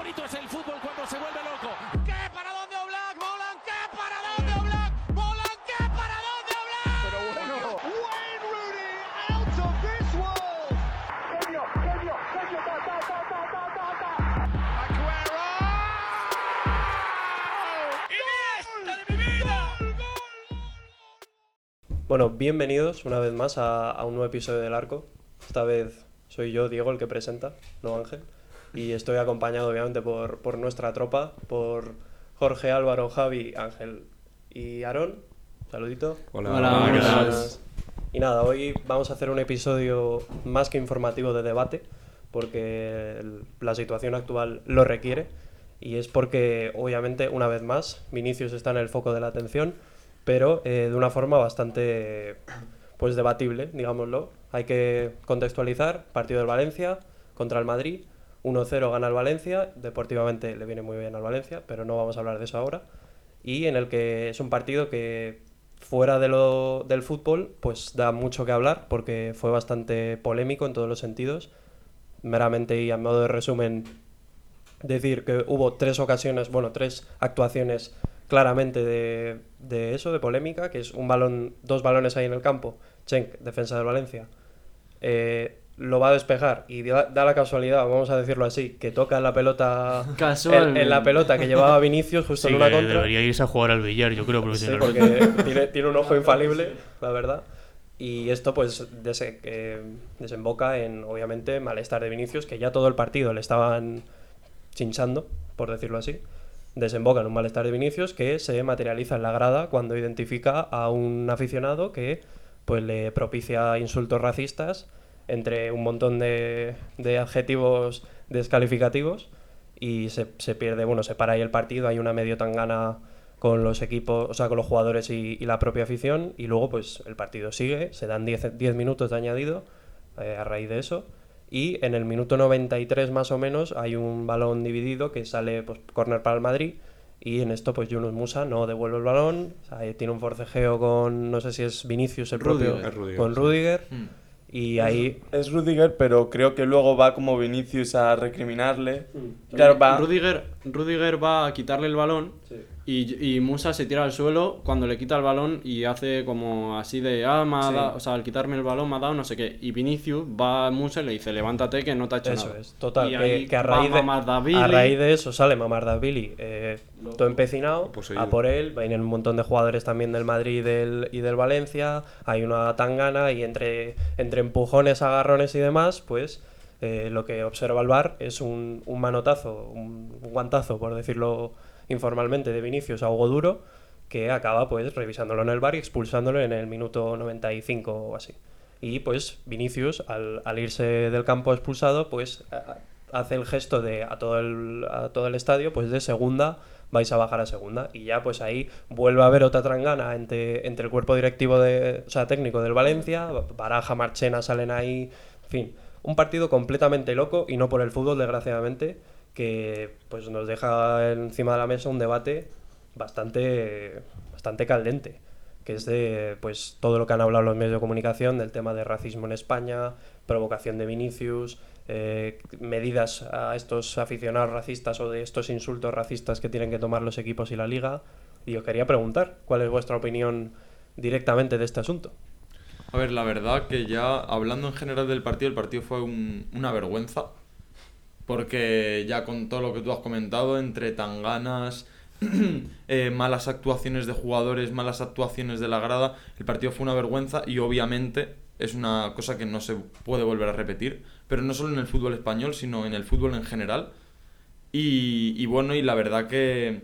bonito es el fútbol cuando se vuelve loco. ¡Qué paradón de Oblak! ¡Molan! ¡Qué paradón de Oblak! ¡Molan! ¡Qué paradón de Oblak! Pero bueno, Wayne Rooney out of this world. Genio, ¡Aguero! ¡Iniesta de mi vida! Bueno, bienvenidos una vez más a un nuevo episodio del Arco. Esta vez soy yo, Diego, el que presenta, no Ángel. Y estoy acompañado obviamente por nuestra tropa, por Jorge, Álvaro, Javi, Ángel y Aarón. Saludito. Hola, ¿qué ¿qué tal? tal? Y nada, hoy vamos a hacer un episodio más que informativo de debate, porque la situación actual lo requiere. Y es porque, obviamente, una vez más, Vinicius está en el foco de la atención, pero de una forma bastante pues debatible, digámoslo. Hay que contextualizar: partido del Valencia contra el Madrid, 1-0 gana el Valencia, deportivamente le viene muy bien al Valencia, pero no vamos a hablar de eso ahora. Y en el que es un partido que, fuera del fútbol, pues da mucho que hablar, porque fue bastante polémico en todos los sentidos. Meramente y a modo de resumen, decir que hubo tres actuaciones claramente de eso, de polémica, que es dos balones ahí en el campo. Cenk, defensa del Valencia, lo va a despejar y da la casualidad, vamos a decirlo así, que toca la pelota en la pelota que llevaba Vinicius justo Sí, en una que contra. debería irse a jugar al billar, yo creo, Sí, profesionalmente. porque tiene un ojo infalible, la verdad. Y esto pues desemboca en, obviamente, malestar de Vinicius, que ya todo el partido le estaban chinchando, por decirlo así. Desemboca en un malestar de Vinicius que se materializa en la grada cuando identifica a un aficionado que pues le propicia insultos racistas entre un montón de adjetivos descalificativos, y se pierde, se para ahí el partido. Hay una medio tangana con los equipos, o sea, con los jugadores y la propia afición, y luego pues el partido sigue, se dan 10 minutos de añadido a raíz de eso, y en el minuto 93 más o menos hay un balón dividido que sale, pues, córner para el Madrid, y en esto pues Yunus Musa no devuelve el balón. O sea, tiene un forcejeo con, no sé si es Vinicius el propio, con Rudiger, y ahí Es Rudiger, pero creo que luego va como Vinicius a recriminarle. Claro, va. Rudiger va a quitarle el balón, sí. y Musa se tira al suelo cuando le quita el balón y hace como así de o sea, al quitarme el balón me ha dado no sé qué. Y Vinicius va a Musa y le dice: levántate, que no te ha hecho Eso nada. es, total, Y ahí que a va raíz de eso sale Mamardashvili, todo empecinado a por él. Vienen un montón de jugadores también del Madrid y del Valencia, hay una tangana, y entre empujones, agarrones y demás, pues lo que observa el VAR es un manotazo, un guantazo, por decirlo informalmente, de Vinicius a Hugo Duro, que acaba pues revisándolo en el VAR y expulsándolo en el minuto 95 o así. Y pues Vinicius, al irse del campo expulsado, pues hace el gesto a todo el estadio, pues de segunda vais a bajar a segunda. Y ya pues ahí vuelve a haber otra trangana entre el cuerpo directivo técnico del Valencia. Baraja, Marchena salen ahí, en fin, un partido completamente loco, y no por el fútbol, desgraciadamente, que pues nos deja encima de la mesa un debate bastante caldente, que es de pues todo lo que han hablado los medios de comunicación del tema de racismo en España, provocación de Vinicius, medidas a estos aficionados racistas o de estos insultos racistas que tienen que tomar los equipos y la liga. Y os quería preguntar, ¿cuál es vuestra opinión directamente de este asunto? A ver, la verdad que ya hablando en general del partido, el partido fue una vergüenza, porque ya con todo lo que tú has comentado, entre tanganas, malas actuaciones de jugadores, malas actuaciones de la grada, el partido fue una vergüenza, y obviamente es una cosa que no se puede volver a repetir, pero no solo en el fútbol español, sino en el fútbol en general. Y la verdad que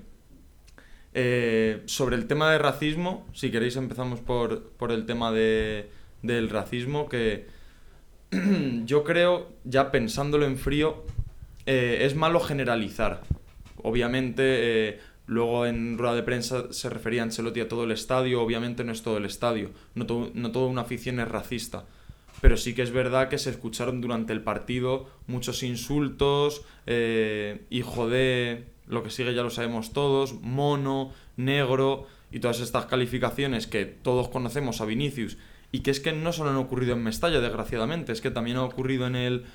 sobre el tema de racismo, si queréis empezamos por el tema del racismo, que yo creo, ya pensándolo en frío, es malo generalizar. Obviamente, luego en rueda de prensa se refería a Ancelotti a todo el estadio. Obviamente no es todo el estadio, no toda una afición es racista, pero sí que es verdad que se escucharon durante el partido muchos insultos, hijo de, lo que sigue ya lo sabemos todos, mono, negro y todas estas calificaciones que todos conocemos a Vinicius y que es que no solo han ocurrido en Mestalla, desgraciadamente, es que también ha ocurrido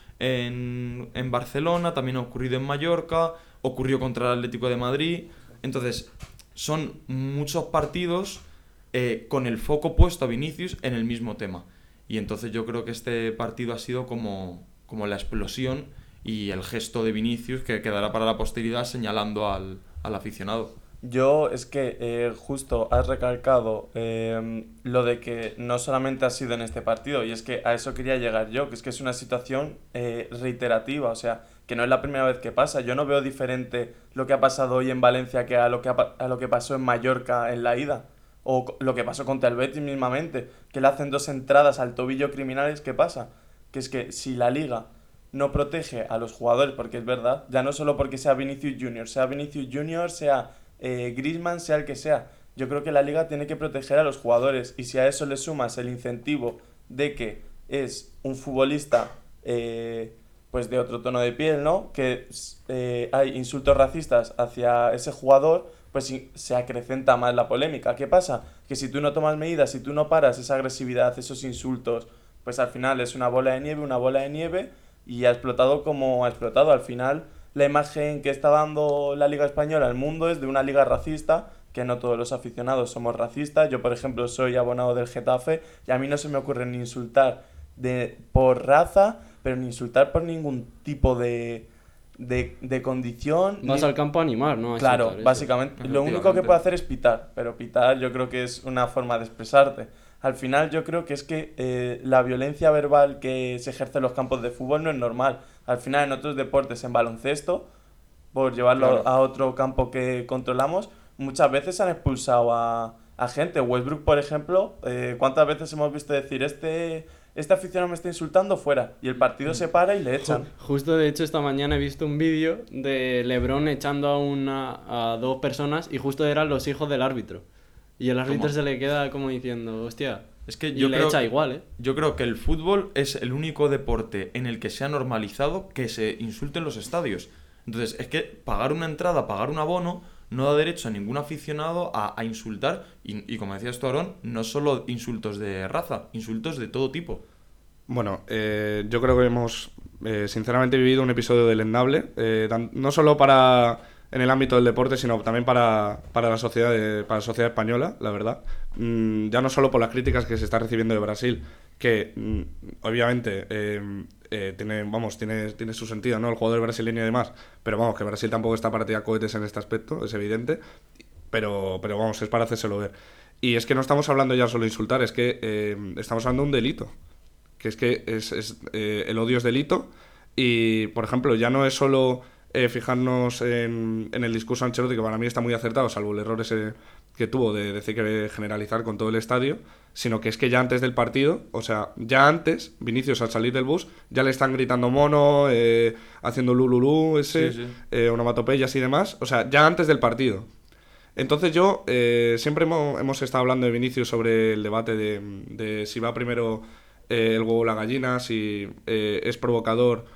en Barcelona, también ha ocurrido en Mallorca, ocurrió contra el Atlético de Madrid. Entonces, son muchos partidos con el foco puesto a Vinicius en el mismo tema. Y entonces yo creo que este partido ha sido como la explosión y el gesto de Vinicius que quedará para la posteridad señalando al aficionado. Yo es que justo has recalcado lo de que no solamente ha sido en este partido, y es que a eso quería llegar yo, que es una situación reiterativa, o sea, que no es la primera vez que pasa. Yo no veo diferente lo que ha pasado hoy en Valencia que a lo que pasó en Mallorca en la ida, o lo que pasó contra el Betis mismamente, que le hacen 2 entradas al tobillo criminales. ¿Qué pasa? Que es que si la Liga no protege a los jugadores, porque es verdad, ya no solo porque sea Vinicius Junior, sea Griezmann, sea el que sea, yo creo que la Liga tiene que proteger a los jugadores, y si a eso le sumas el incentivo de que es un futbolista pues de otro tono de piel, ¿no? Que hay insultos racistas hacia ese jugador, pues se acrecenta más la polémica. ¿Qué pasa? Que si tú no tomas medidas, si tú no paras esa agresividad, esos insultos, pues al final es una bola de nieve, y ha explotado como ha explotado. Al final, la imagen que está dando la Liga Española al mundo es de una liga racista, que no todos los aficionados somos racistas. Yo, por ejemplo, soy abonado del Getafe y a mí no se me ocurre ni insultar por raza, pero ni insultar por ningún tipo de condición. Vas al campo a animar, ¿no? Claro, básicamente. Lo único que puedo hacer es pitar, pero pitar yo creo que es una forma de expresarte. Al final yo creo que es que la violencia verbal que se ejerce en los campos de fútbol no es normal. Al final en otros deportes, en baloncesto, por llevarlo a otro campo que controlamos, muchas veces han expulsado a gente. Westbrook, por ejemplo, ¿cuántas veces hemos visto decir este aficionado me está insultando fuera? Y el partido se para y le echan. Justo, de hecho, esta mañana he visto un vídeo de LeBron echando a 2 personas y justo eran los hijos del árbitro. Y el árbitro se le queda como diciendo, hostia, es que yo le echa igual, ¿eh? Yo creo que el fútbol es el único deporte en el que se ha normalizado que se insulten los estadios. Entonces, es que pagar una entrada, pagar un abono, no da derecho a ningún aficionado a insultar. Y como decías tú, Aarón, no solo insultos de raza, insultos de todo tipo. Bueno, yo creo que hemos sinceramente vivido un episodio deleznable, no solo en el ámbito del deporte, sino también para la sociedad española, la verdad. Ya no solo por las críticas que se está recibiendo de Brasil, que obviamente tiene su sentido, ¿no? El jugador brasileño y demás, pero vamos, que Brasil tampoco está para tirar cohetes en este aspecto, es evidente, pero vamos, es para hacérselo ver. Y es que no estamos hablando ya solo de insultar, es que estamos hablando de un delito, que el odio es delito, y por ejemplo, ya no es solo fijarnos en el discurso de Ancelotti, que para mí está muy acertado, salvo el error ese que tuvo de decir que generalizar con todo el estadio, sino que es que ya antes del partido, o sea, ya antes, Vinicius al salir del bus, ya le están gritando mono, haciendo lululú, onomatopeyas y demás, o sea, ya antes del partido. Entonces yo, siempre hemos estado hablando de Vinicius sobre el debate de si va primero el huevo o la gallina, si es provocador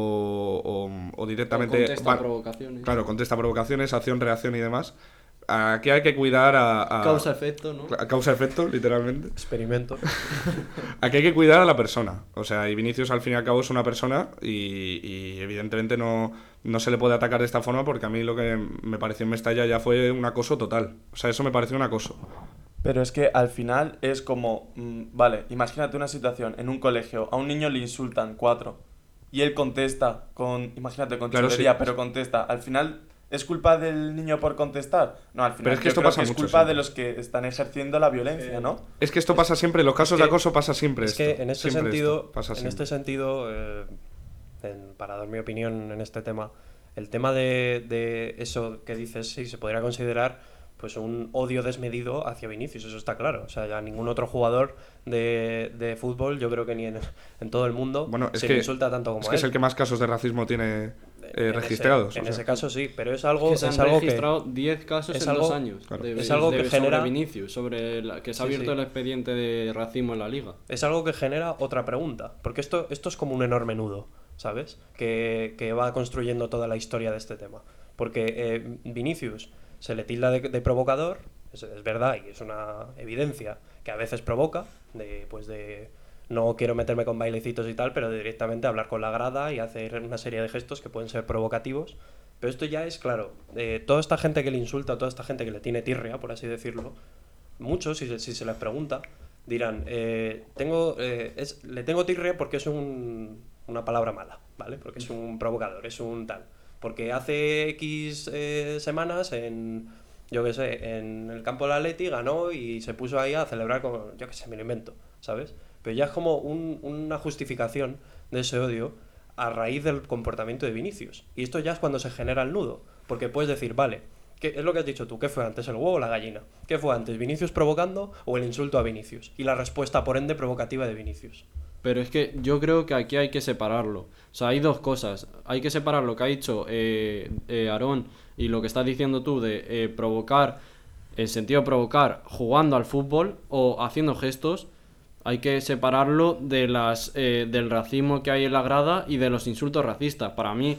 o directamente... O contesta provocaciones. Claro, contesta provocaciones, acción, reacción y demás. Aquí hay que cuidar a causa-efecto, ¿no? A causa-efecto, literalmente. Experimento. Aquí hay que cuidar a la persona. O sea, y Vinicius al fin y al cabo es una persona y evidentemente no se le puede atacar de esta forma, porque a mí lo que me pareció en Mestalla ya fue un acoso total. O sea, eso me pareció un acoso. Pero es que al final es como... vale, imagínate una situación en un colegio. A un niño le insultan 4 y él contesta con chulería, sí, pero contesta. Al final, ¿es culpa del niño por contestar? No, al final pero es que esto pasa mucho, es culpa de los que están ejerciendo la violencia, ¿no? Es que esto pasa siempre, los casos de acoso pasa siempre. Es que en este sentido, para dar mi opinión en este tema, el tema de eso que dices, sí, se podría considerar pues un odio desmedido hacia Vinicius, eso está claro. O sea, ya ningún otro jugador de fútbol, yo creo que ni en todo el mundo, se le insulta tanto como él. Es que es el que más casos de racismo tiene registrados. En ese caso sí, pero es algo que se han registrado 10 casos en 2 años. Claro. Es algo que genera sobre Vinicius, que se ha abierto el expediente de racismo en la liga. Es algo que genera otra pregunta, porque esto es como un enorme nudo, ¿sabes? Que va construyendo toda la historia de este tema. Porque Vinicius se le tilda de provocador, es verdad y es una evidencia que a veces provoca, de no quiero meterme con bailecitos y tal, pero directamente hablar con la grada y hacer una serie de gestos que pueden ser provocativos. Pero esto ya es, claro, toda esta gente que le insulta, toda esta gente que le tiene tirria, por así decirlo, muchos, si se les pregunta, dirán, le tengo tirria porque es una palabra mala, ¿vale? Porque es un provocador, es un tal. Porque hace X semanas yo qué sé, en el campo del Atleti ganó y se puso ahí a celebrar con, yo qué sé, me lo invento, ¿sabes? Pero ya es como una justificación de ese odio a raíz del comportamiento de Vinicius. Y esto ya es cuando se genera el nudo. Porque puedes decir, vale, ¿qué es lo que has dicho tú? ¿Qué fue antes, el huevo o la gallina? ¿Qué fue antes, Vinicius provocando o el insulto a Vinicius? Y la respuesta, por ende, provocativa de Vinicius. Pero es que yo creo que aquí hay que separarlo. O sea, hay dos cosas. Hay que separar lo que ha dicho Aarón y lo que estás diciendo tú de provocar, en sentido de provocar jugando al fútbol o haciendo gestos. Hay que separarlo de del racismo que hay en la grada y de los insultos racistas. Para mí,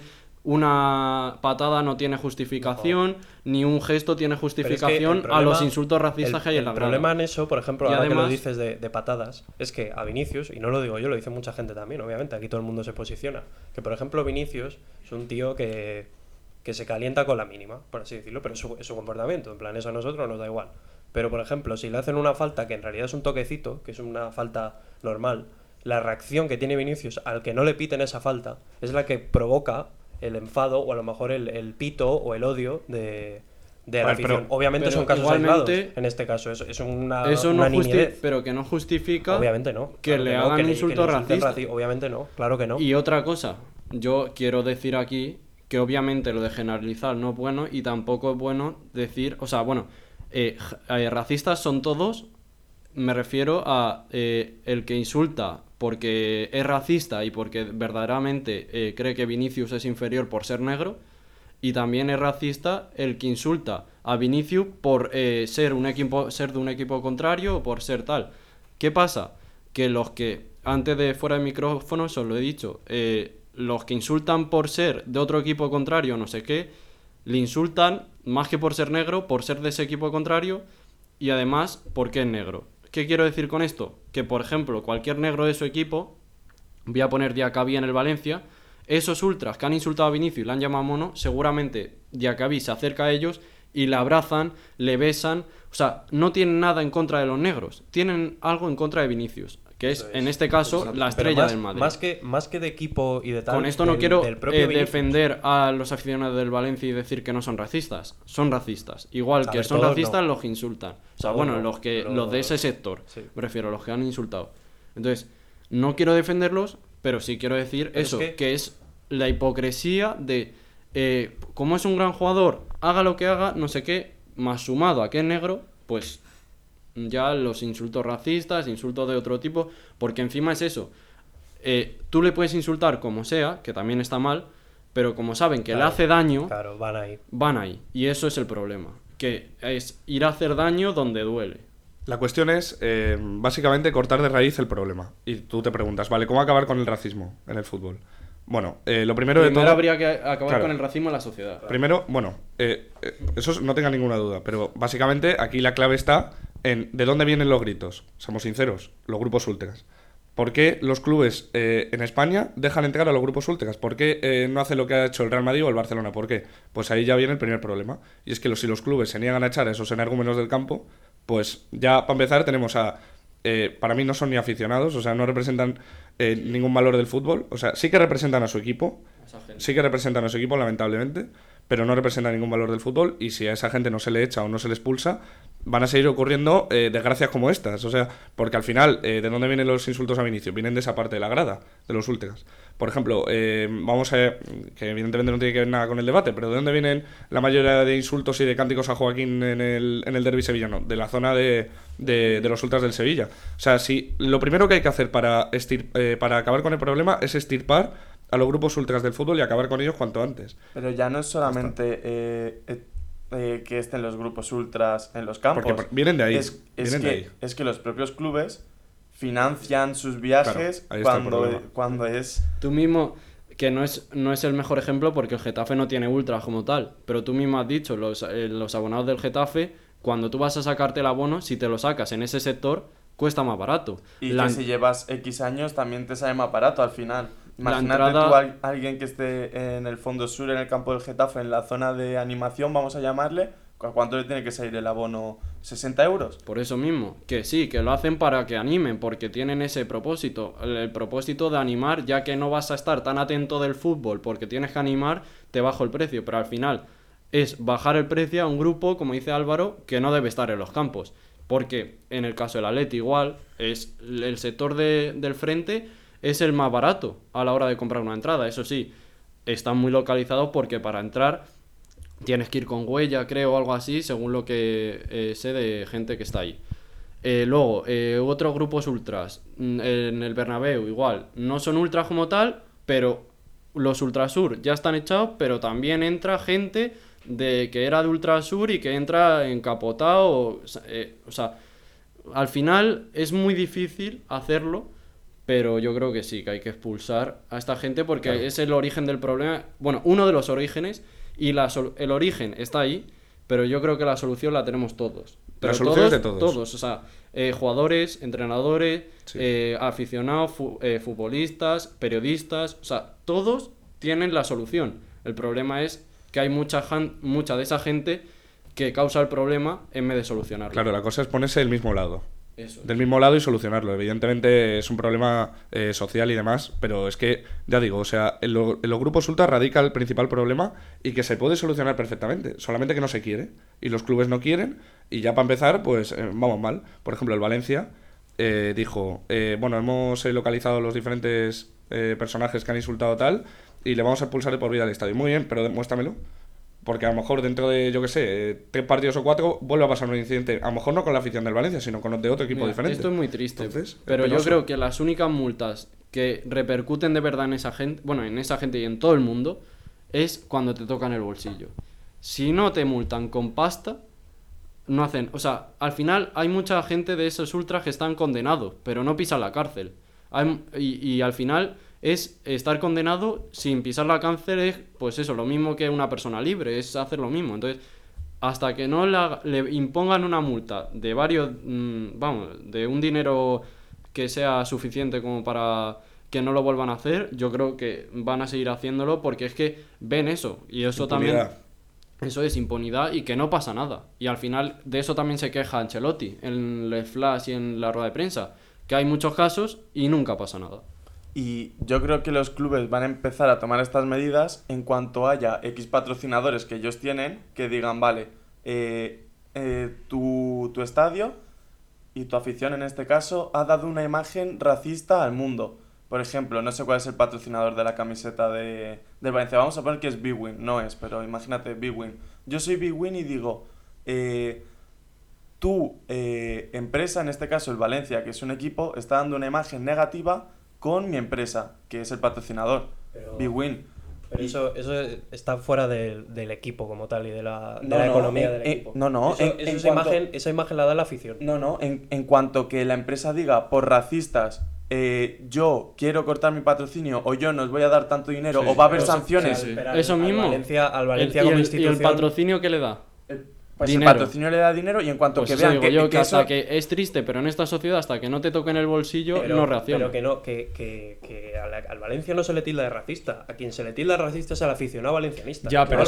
una patada no tiene justificación, ni un gesto tiene justificación problema, a los insultos racistas que hay en la grada. El problema en eso, por ejemplo, ahora además, que lo dices de patadas, es que a Vinicius, y no lo digo yo, lo dice mucha gente también, obviamente, aquí todo el mundo se posiciona, que por ejemplo Vinicius es un tío que se calienta con la mínima, por así decirlo, pero es su comportamiento, en plan, eso a nosotros nos da igual. Pero, por ejemplo, si le hacen una falta que en realidad es un toquecito, que es una falta normal, la reacción que tiene Vinicius al que no le piten esa falta es la que provoca el enfado o a lo mejor el pito o el odio de la afición. Obviamente son casos aislados, en este caso. Es una nimiedad. Pero que no justifica obviamente no, que le hagan insultos racistas. Obviamente no, claro que no. Y otra cosa, yo quiero decir aquí que obviamente lo de generalizar no es bueno y tampoco es bueno decir... O sea, bueno... racistas son todos, me refiero a el que insulta porque es racista y porque verdaderamente cree que Vinicius es inferior por ser negro, y también es racista el que insulta a Vinicius por ser de un equipo contrario o por ser tal. ¿Qué pasa? Que los que, antes de fuera de micrófono, os lo he dicho, los que insultan por ser de otro equipo contrario, no sé qué, le insultan más que por ser negro, por ser de ese equipo contrario y además porque es negro. ¿Qué quiero decir con esto? Que, por ejemplo, cualquier negro de su equipo, voy a poner Diacabí en el Valencia, esos ultras que han insultado a Vinicius y le han llamado mono, seguramente Diacabí se acerca a ellos y le abrazan, le besan. O sea, no tienen nada en contra de los negros, tienen algo en contra de Vinicius, que es, en este caso, la estrella del Madrid. Más que de equipo y de tal... Con esto no quiero defender a los aficionados del Valencia y decir que no son racistas. Son racistas. Igual que son racistas los que insultan. O sea, bueno, los de ese sector. Sí. Me refiero a los que han insultado. Entonces, no quiero defenderlos, pero sí quiero decir eso, que es la hipocresía de... como es un gran jugador, haga lo que haga, no sé qué, más sumado a que es negro, pues... ya los insultos racistas, insultos de otro tipo, porque encima es eso, tú le puedes insultar como sea, que también está mal, pero como saben que le hace daño, van ahí, y eso es el problema, que es ir a hacer daño donde duele. La cuestión es, básicamente, cortar de raíz el problema, y tú te preguntas, vale, ¿cómo acabar con el racismo en el fútbol? Bueno, lo primero de todo... habría que acabar con el racismo en la sociedad. Primero, bueno, eso no tenga ninguna duda, pero básicamente aquí la clave está en de dónde vienen los gritos. Seamos sinceros, los grupos ultras. ¿Por qué los clubes en España dejan entrar a los grupos ultras? ¿Por qué no hacen lo que ha hecho el Real Madrid o el Barcelona? ¿Por qué? Pues ahí ya viene el primer problema. Y es que si los clubes se niegan a echar a esos energúmenos del campo, pues ya para empezar tenemos a... para mí no son ni aficionados, o sea, no representan ningún valor del fútbol. O sea, sí que representan a su equipo, lamentablemente, pero no representan ningún valor del fútbol, y si a esa gente no se le echa o no se le expulsa, van a seguir ocurriendo desgracias como estas. O sea, porque al final, ¿de dónde vienen los insultos a Vinicius? Vienen de esa parte de la grada, de los ultras. Por ejemplo, vamos a... que evidentemente no tiene que ver nada con el debate, pero ¿de dónde vienen la mayoría de insultos y de cánticos a Joaquín en el derbi sevillano? De la zona de los ultras del Sevilla. O sea, si lo primero que hay que hacer para acabar con el problema es extirpar a los grupos ultras del fútbol y acabar con ellos cuanto antes. Pero ya no es solamente que estén los grupos ultras en los campos. Porque vienen de ahí. Es que los propios clubes financian sus viajes, claro, cuando es... Tú mismo, que no es el mejor ejemplo porque el Getafe no tiene ultras como tal, pero tú mismo has dicho, los abonados del Getafe cuando tú vas a sacarte el abono, si te lo sacas en ese sector, cuesta más barato. Y que si llevas X años también te sale más barato al final. Imagínate entrada... tú alguien que esté en el fondo sur, en el campo del Getafe, en la zona de animación, vamos a llamarle, ¿a cuánto le tiene que salir el abono? ¿60 euros? Por eso mismo, que sí, que lo hacen para que animen, porque tienen ese propósito, el propósito de animar, ya que no vas a estar tan atento del fútbol porque tienes que animar, te bajo el precio, pero al final es bajar el precio a un grupo, como dice Álvaro, que no debe estar en los campos, porque en el caso del Atleti igual, es el sector del frente es el más barato a la hora de comprar una entrada, eso sí, están muy localizados porque para entrar tienes que ir con huella, creo, o algo así, según lo que sé de gente que está ahí. Luego, otros grupos ultras. En el Bernabéu, igual. No son ultras como tal, pero los Ultrasur ya están echados, pero también entra gente que era de Ultrasur y que entra encapotado. O sea, al final es muy difícil hacerlo, pero yo creo que sí, que hay que expulsar a esta gente porque claro, es el origen del problema. Bueno, uno de los orígenes. Y el origen está ahí, pero yo creo que la solución la tenemos todos. Pero la solución es de todos. Todos, o sea, jugadores, entrenadores, sí, aficionados, futbolistas, periodistas, o sea, todos tienen la solución. El problema es que hay mucha de esa gente que causa el problema en vez de solucionarlo. Claro, la cosa es ponerse del mismo lado. Eso. Del mismo lado y solucionarlo. Evidentemente es un problema social y demás, pero es que, ya digo, o sea, en los grupos ultra radica el principal problema y que se puede solucionar perfectamente, solamente que no se quiere y los clubes no quieren y ya para empezar, pues vamos mal. Por ejemplo, el Valencia dijo, bueno, hemos localizado los diferentes personajes que han insultado tal y le vamos a expulsar de por vida al estadio. Muy bien, pero demuéstramelo. Porque a lo mejor dentro de, yo que sé, 3 partidos o 4 vuelve a pasar un incidente. A lo mejor no con la afición del Valencia, sino con los de otro equipo diferente. Esto es muy triste. Entonces, pero yo creo que las únicas multas que repercuten de verdad en esa gente, bueno, en esa gente y en todo el mundo, es cuando te tocan el bolsillo. Si no te multan con pasta, no hacen... O sea, al final hay mucha gente de esos ultras que están condenados, pero no pisan la cárcel. Y al final... es estar condenado sin pisar la cárcel, es pues eso, lo mismo que una persona libre, es hacer lo mismo. Entonces, hasta que no le impongan una multa de varios, de un dinero que sea suficiente como para que no lo vuelvan a hacer, yo creo que van a seguir haciéndolo porque es que ven eso, y eso impunidad. También, eso es impunidad y que no pasa nada. Y al final de eso también se queja Ancelotti en el flash y en la rueda de prensa, que hay muchos casos y nunca pasa nada. Y yo creo que los clubes van a empezar a tomar estas medidas en cuanto haya X patrocinadores que ellos tienen que digan, vale, tu estadio y tu afición en este caso ha dado una imagen racista al mundo. Por ejemplo, no sé cuál es el patrocinador de la camiseta del Valencia. Vamos a poner que es Bwin, no es, pero imagínate, Bwin. Yo soy Bwin y digo, tu empresa, en este caso el Valencia, que es un equipo, está dando una imagen negativa con mi empresa, que es el patrocinador, Bwin. Pero eso está fuera del equipo como tal y de la economía del equipo. Esa imagen la da la afición. En cuanto que la empresa diga, por racistas, yo quiero cortar mi patrocinio, o yo no os voy a dar tanto dinero, o va a haber sanciones. Eso mismo. Al Valencia como institución. ¿Y el patrocinio qué le da? Pues dinero. El patrocinio le da dinero y en cuanto pues que vean que hasta que es triste, pero en esta sociedad hasta que no te toquen el bolsillo no reacciona. Pero que al Valencia no se le tilda de racista. A quien se le tilda de racista es al aficionado valencianista. Ya, pero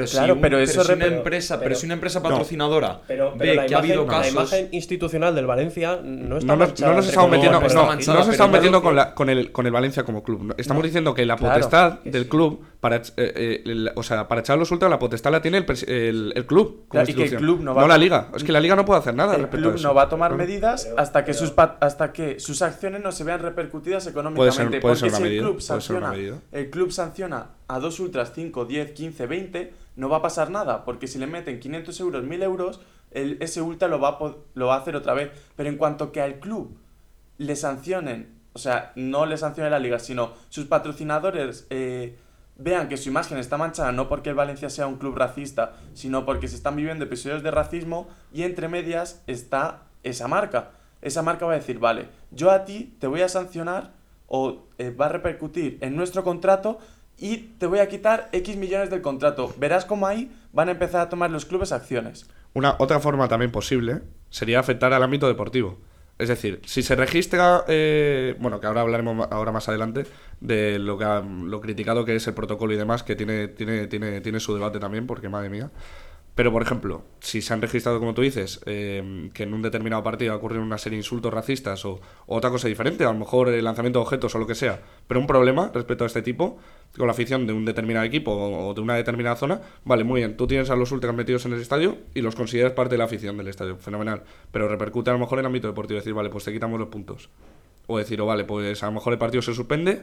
si una empresa patrocinadora ve que ha habido casos... La imagen institucional del Valencia no está manchada. No nos estamos metiendo con el Valencia como club. Estamos diciendo que la potestad del club para echar a los ultras, la potestad la tiene el club. Y que el club no va no la liga. Es que la liga no puede hacer nada. El club no va a tomar medidas hasta que sus acciones no se vean repercutidas económicamente. Puede ser el club sanciona a 2 ultras 5, 10, 15, 20, no va a pasar nada. Porque si le meten 500 euros, 1000 euros, ese ultra lo va a hacer otra vez. Pero en cuanto que al club le sancionen, o sea, no le sancione la liga, sino sus patrocinadores... vean que su imagen está manchada no porque el Valencia sea un club racista, sino porque se están viviendo episodios de racismo y entre medias está esa marca. Esa marca va a decir, vale, yo a ti te voy a sancionar o va a repercutir en nuestro contrato y te voy a quitar X millones del contrato. Verás cómo ahí van a empezar a tomar los clubes acciones. Otra forma también posible sería afectar al ámbito deportivo. Es decir, si se registra, bueno, que ahora hablaremos ahora más adelante de lo criticado que es el protocolo y demás, que tiene su debate también, porque madre mía. Pero, por ejemplo, si se han registrado, como tú dices, que en un determinado partido ha ocurrido una serie de insultos racistas o otra cosa diferente, a lo mejor el lanzamiento de objetos o lo que sea, pero un problema respecto a este tipo, con la afición de un determinado equipo o de una determinada zona, vale, muy bien, tú tienes a los ultras metidos en el estadio y los consideras parte de la afición del estadio, fenomenal, pero repercute a lo mejor en el ámbito deportivo, decir, vale, pues te quitamos los puntos. O decir, vale, pues a lo mejor el partido se suspende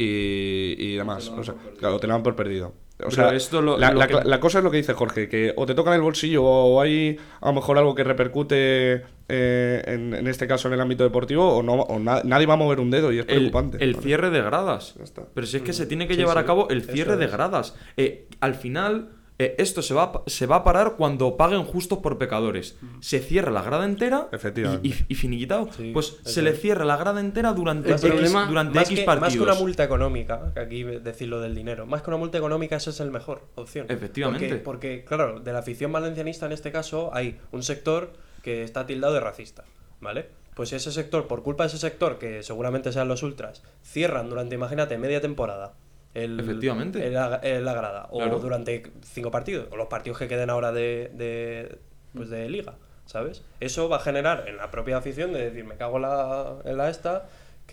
y demás. O sea, claro, te lo dan por perdido. O sea, la cosa es lo que dice Jorge, que o te tocan el bolsillo o hay a lo mejor algo que repercute en este caso en el ámbito deportivo o nadie va a mover un dedo y es preocupante. El cierre de gradas. Pero si es que se tiene que llevar a cabo el cierre de gradas. Al final... esto se va a parar cuando paguen justos por pecadores. Se cierra la grada entera y finiquitado. Sí, pues se le cierra la grada entera durante X partidos. Más que una multa económica, que aquí decir lo del dinero, más que una multa económica, esa es la mejor opción. Efectivamente. Porque, claro, de la afición valencianista en este caso hay un sector que está tildado de racista, ¿vale? Pues si ese sector, por culpa de ese sector, que seguramente sean los ultras, cierran durante, imagínate, media temporada efectivamente la grada claro. O durante 5 partidos o los partidos que queden ahora de liga, ¿sabes? Eso va a generar en la propia afición de decir, me cago en la esta,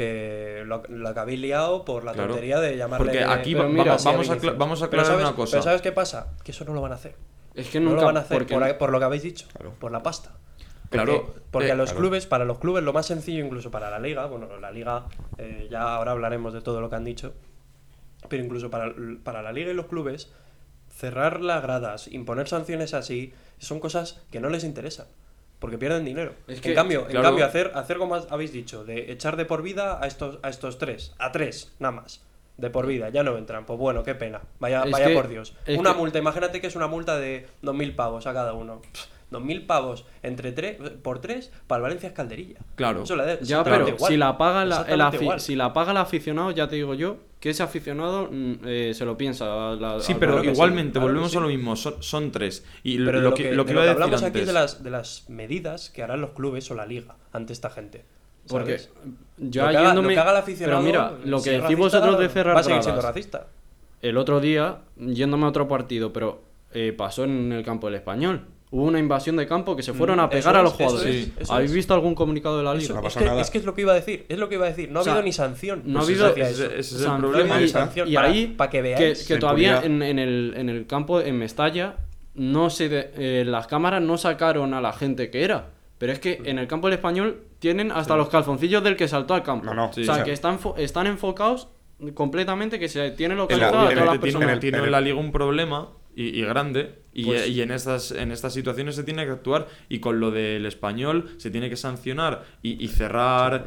que la que habéis liado por la tontería de llamarle. Porque aquí vamos a aclarar una cosa. Pero ¿sabes qué pasa? Que eso no lo van a hacer. Es que no lo van a hacer por lo que habéis dicho, claro. Por la pasta. Porque a los clubes, para los clubes lo más sencillo, incluso para la liga, bueno, la liga, ya ahora hablaremos de todo lo que han dicho. Pero incluso para la liga y los clubes, cerrar las gradas, imponer sanciones así, son cosas que no les interesan, porque pierden dinero. En cambio, hacer como habéis dicho, de echar de por vida a estos tres, a 3 nada más, de por vida, ya no entran. Pues bueno, qué pena, vaya por Dios. Una multa, imagínate que es una multa de 2.000 pavos a cada uno. 2.000 pavos por 3 para el Valencia es calderilla. Claro. Eso ya, pero igual, si la paga el aficionado, ya te digo yo que ese aficionado se lo piensa. Pero igualmente, volvemos a lo mismo, son 3. Y pero lo que iba a decir hablamos antes, aquí es de las medidas que harán los clubes o la liga ante esta gente. ¿Sabes? Porque ya lo que haga el aficionado, pero mira, lo que decís vosotros de cerrar va a seguir siendo racista. El otro día, yéndome a otro partido, pero pasó en el campo del Español. Hubo una invasión de campo que se fueron a pegar a los jugadores. ¿Habéis visto algún comunicado de la liga? No pasa nada. Es que es lo que iba a decir. No ha habido ni sanción. No ha habido ese es el problema. Y ahí, para que veáis que todavía en el campo en Mestalla, las cámaras no sacaron a la gente que era. Pero es que en el campo del Español tienen hasta los calzoncillos del que saltó al campo. Que están enfocados completamente, que se tiene localizado a todas las personas. Tiene en la liga un problema y grande, y en estas situaciones se tiene que actuar, y con lo del Español se tiene que sancionar y cerrar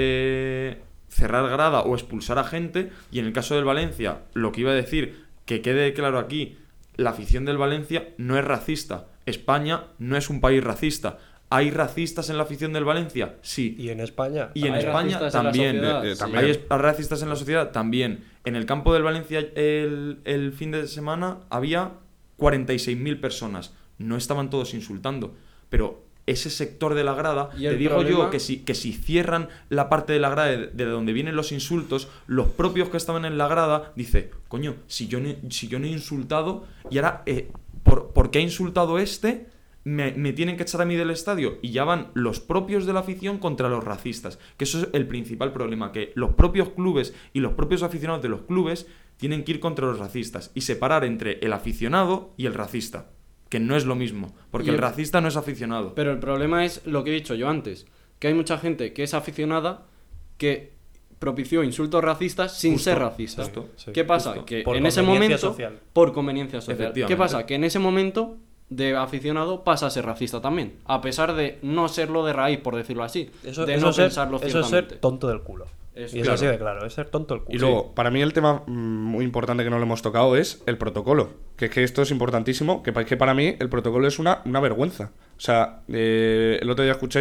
grada o expulsar a gente. Y en el caso del Valencia, lo que iba a decir, que quede claro aquí, la afición del Valencia no es racista. España no es un país racista. ¿Hay racistas en la afición del Valencia? Sí. ¿Y en España? Y en España también. ¿Hay racistas en la sociedad? También. En el campo del Valencia el fin de semana había 46.000 personas. No estaban todos insultando. Pero ese sector de la grada, te digo yo que si cierran la parte de la grada de donde vienen los insultos, los propios que estaban en la grada, dice, coño, si yo no he insultado, y ahora, ¿por qué ha insultado me tienen que echar a mí del estadio? Y ya van los propios de la afición contra los racistas, que eso es el principal problema, que los propios clubes y los propios aficionados de los clubes tienen que ir contra los racistas y separar entre el aficionado y el racista, que no es lo mismo, porque el racista no es aficionado. Pero el problema es lo que he dicho yo antes, que hay mucha gente que es aficionada que propició insultos racistas sin ser racista. ¿Qué pasa? Que en ese momento, por conveniencia social, ¿qué pasa? Que en ese momento de aficionado pasa a ser racista también, a pesar de no serlo de raíz, por decirlo así, de no pensarlo ciertamente. Eso es ser tonto del culo. Y es así de claro, es ser tonto del culo. Y luego, para mí el tema muy importante que no lo hemos tocado es el protocolo, que es que esto es importantísimo, que para mí el protocolo es una vergüenza. O sea, el otro día escuché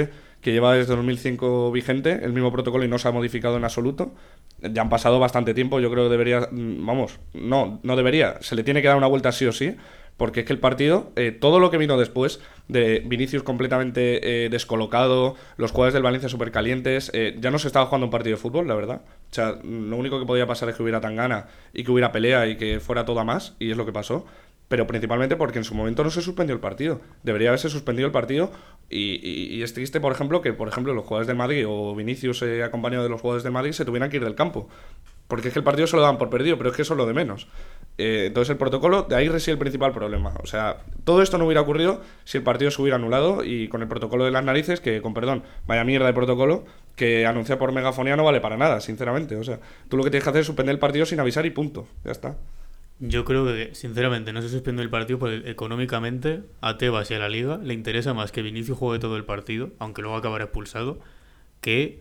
que lleva desde 2005 vigente el mismo protocolo y no se ha modificado en absoluto. Ya han pasado bastante tiempo, yo creo que debería, no debería, se le tiene que dar una vuelta sí o sí, porque es que el partido, todo lo que vino después de Vinicius completamente descolocado, los jugadores del Valencia súper calientes, ya no se estaba jugando un partido de fútbol, la verdad. O sea, lo único que podía pasar es que hubiera tangana y que hubiera pelea y que fuera todo a más, y es lo que pasó. Pero principalmente porque en su momento no se suspendió el partido. Debería haberse suspendido el partido y es triste, por ejemplo, que los jugadores del Madrid o Vinicius acompañado de los jugadores del Madrid se tuvieran que ir del campo. Porque es que el partido se lo daban por perdido, pero es que eso es lo de menos. Entonces el protocolo, de ahí reside el principal problema. O sea, todo esto no hubiera ocurrido si el partido se hubiera anulado y con el protocolo de las narices, que con perdón, vaya mierda de protocolo, que anuncia por megafonía no vale para nada, sinceramente. O sea, tú lo que tienes que hacer es suspender el partido sin avisar y punto. Ya está. Yo creo que, sinceramente, no se suspende el partido porque económicamente a Tebas y a la Liga le interesa más que Vinicius juegue todo el partido, aunque luego acabará expulsado, que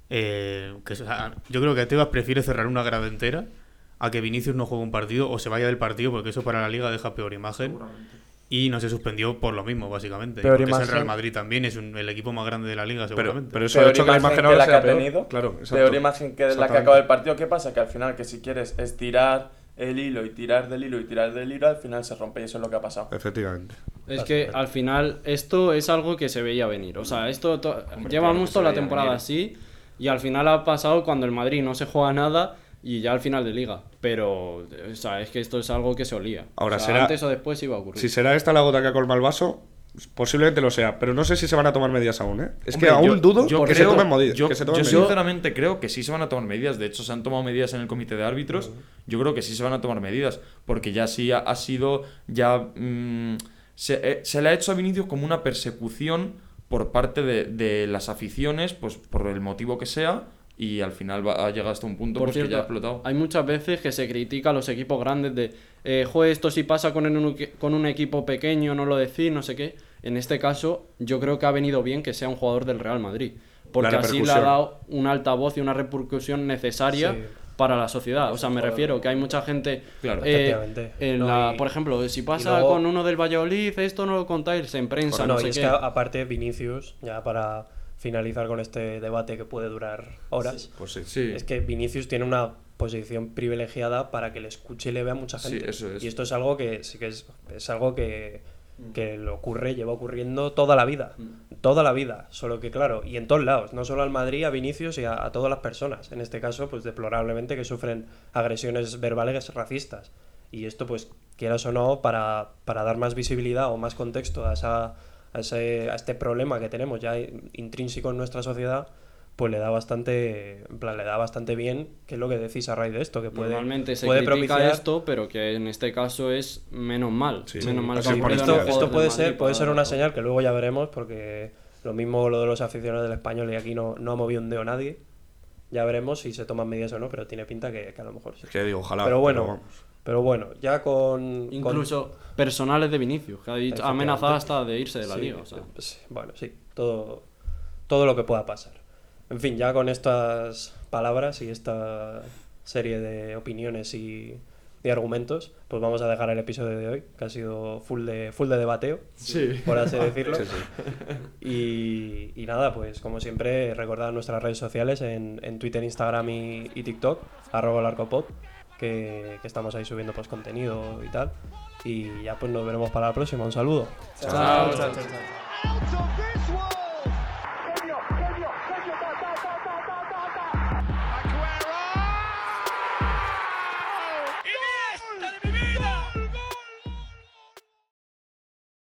o sea, yo creo que a Tebas prefiere cerrar una grada entera a que Vinicius no juegue un partido o se vaya del partido, porque eso para la Liga deja peor imagen. Y no se suspendió por lo mismo, básicamente. Peor porque imagen. es el Real Madrid también, es el equipo más grande de la Liga, seguramente. Pero eso ha hecho que la imagen ahora sea peor. Claro, exacto. Peor imagen que la que acaba el partido. ¿Qué pasa? Que al final, que si quieres estirar el hilo y tirar del hilo y tirar del hilo, al final se rompe y eso es lo que ha pasado. Efectivamente. Es que al final esto es algo que se veía venir. O sea, esto llevamos toda la temporada así y al final ha pasado cuando el Madrid no se juega nada y ya al final de Liga. Pero, o sea, es que esto es algo que se olía. Ahora, o sea, será, antes o después iba a ocurrir. Si será esta la gota que colma el vaso, posiblemente lo sea, pero no sé si se van a tomar medidas aún, ¿eh? Es Hombre, que aún dudo yo que creo- se tomen medidas. Yo medidas. sinceramente creo que sí se van a tomar medidas. De hecho, se han tomado medidas en el comité de árbitros. Yo creo que sí se van a tomar medidas. Porque ya sí ha sido. Ya se le ha hecho a Vinicius como una persecución por parte de las aficiones, pues por el motivo que sea. Y al final ha llegado hasta un punto Por pues, cierto, que ya ha explotado. hay muchas veces que se critica a los equipos grandes de esto si pasa con un equipo pequeño, no lo decís, no sé qué. En este caso, yo creo que ha venido bien que sea un jugador del Real Madrid. Porque así le ha dado un altavoz y una repercusión necesaria para la sociedad. O sea, me refiero que hay mucha gente. Claro, por ejemplo, si pasa luego, con uno del Valladolid, esto no lo contáis en prensa, no sé y es qué. que aparte Vinicius, ya para finalizar con este debate que puede durar horas, Pues sí. Sí. es que Vinicius tiene una posición privilegiada para que le escuche y le vea mucha gente. Sí, eso es. Y esto es algo que sí que es algo que le ocurre, lleva ocurriendo toda la vida. Toda la vida. Solo que, claro, y en todos lados, no solo al Madrid, a Vinicius y a todas las personas. En este caso, pues deplorablemente que sufren agresiones verbales racistas. Y esto, pues, quieras o no, para dar más visibilidad o más contexto a este problema que tenemos ya intrínseco en nuestra sociedad, pues le da bastante bien, que es lo que decís a raíz de esto, que Normalmente se puede critica propiciar esto, pero que en este caso es menos mal. Sí. Menos mal Así que es, ha ocurrido en esto, el esto jugador puede del ser Madrid una para- señal que luego ya veremos, porque lo mismo lo de los aficionados del Español y aquí no ha movido un dedo nadie. Ya veremos si se toman medidas o no, pero tiene pinta que a lo mejor sí. Es que digo, ojalá. Pero bueno, ya con... Incluso personales de Vinicius, que ha amenazado hasta de irse de la Sí, liga. O sea. bueno, sí, todo lo que pueda pasar. En fin, ya con estas palabras y esta serie de opiniones y argumentos, pues vamos a dejar el episodio de hoy, que ha sido full de debateo, por así decirlo. Y nada, pues como siempre, recordad nuestras redes sociales en Twitter, Instagram y TikTok, @larcopod, que estamos ahí subiendo pues contenido y tal. Y ya pues nos veremos para la próxima. Un saludo. Chao. Out of this one.